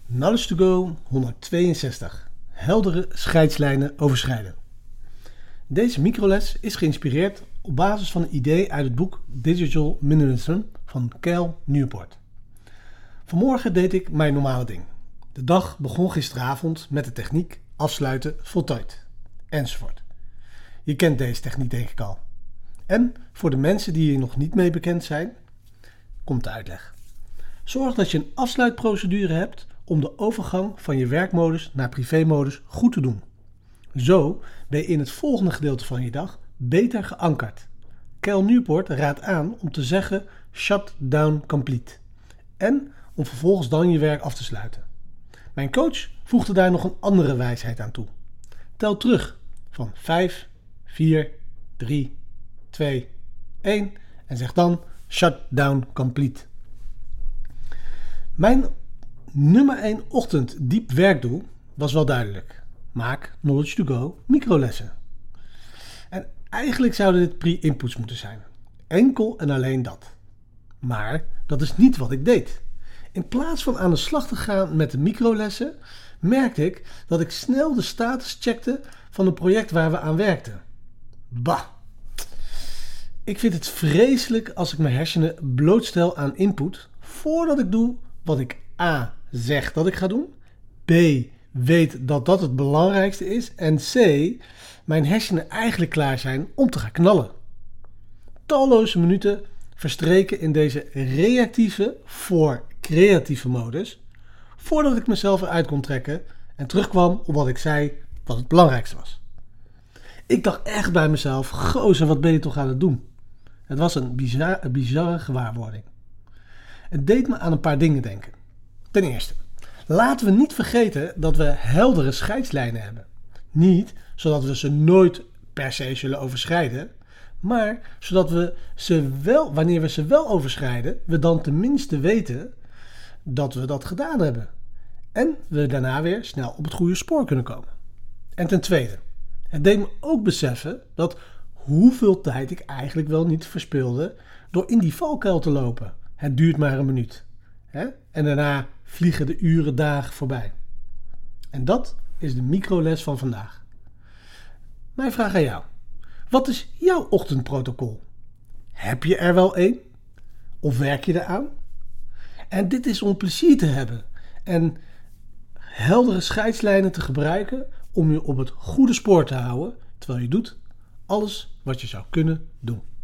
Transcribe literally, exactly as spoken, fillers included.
Knowledge to Go honderdtweeënzestig. Heldere scheidslijnen overschrijden. Deze microles is geïnspireerd op basis van een idee uit het boek Digital Minimalism van Cal Newport. Vanmorgen deed ik mijn normale ding. De dag begon gisteravond met de techniek afsluiten voltooid, enzovoort. Je kent deze techniek denk ik al. En voor de mensen die hier nog niet mee bekend zijn, komt de uitleg. Zorg dat je een afsluitprocedure hebt om de overgang van je werkmodus naar privémodus goed te doen. Zo ben je in het volgende gedeelte van je dag beter geankerd. Cal Newport raadt aan om te zeggen shut down complete en om vervolgens dan je werk af te sluiten. Mijn coach voegde daar nog een andere wijsheid aan toe. Tel terug van vijf, vier, drie, twee, één en zeg dan shut down complete. Mijn nummer één ochtend diep werkdoel was wel duidelijk. Maak Knowledge to Go microlessen. En eigenlijk zouden dit pre-inputs moeten zijn. Enkel en alleen dat. Maar dat is niet wat ik deed. In plaats van aan de slag te gaan met de microlessen, merkte ik dat ik snel de status checkte van een project waar we aan werkten. Bah! Ik vind het vreselijk als ik mijn hersenen blootstel aan input voordat ik doe wat ik A zeg dat ik ga doen, B weet dat dat het belangrijkste is en C mijn hersenen eigenlijk klaar zijn om te gaan knallen. Talloze minuten verstreken in deze reactieve voor creatieve modus voordat ik mezelf eruit kon trekken en terugkwam op wat ik zei wat het belangrijkste was. Ik dacht echt bij mezelf, gozer, wat ben je toch aan het doen? Het was een bizar, een bizarre gewaarwording. Het deed me aan een paar dingen denken. Ten eerste, laten we niet vergeten dat we heldere scheidslijnen hebben. Niet zodat we ze nooit per se zullen overschrijden, maar zodat we ze wel, wanneer we ze wel overschrijden, we dan tenminste weten dat we dat gedaan hebben. En we daarna weer snel op het goede spoor kunnen komen. En ten tweede, het deed me ook beseffen dat hoeveel tijd ik eigenlijk wel niet verspilde door in die valkuil te lopen. Het duurt maar een minuut. Hè? En daarna vliegen de uren, dagen voorbij. En dat is de microles van vandaag. Mijn vraag aan jou. Wat is jouw ochtendprotocol? Heb je er wel één? Of werk je eraan? En dit is om plezier te hebben. En heldere scheidslijnen te gebruiken om je op het goede spoor te houden, terwijl je doet alles wat je zou kunnen doen.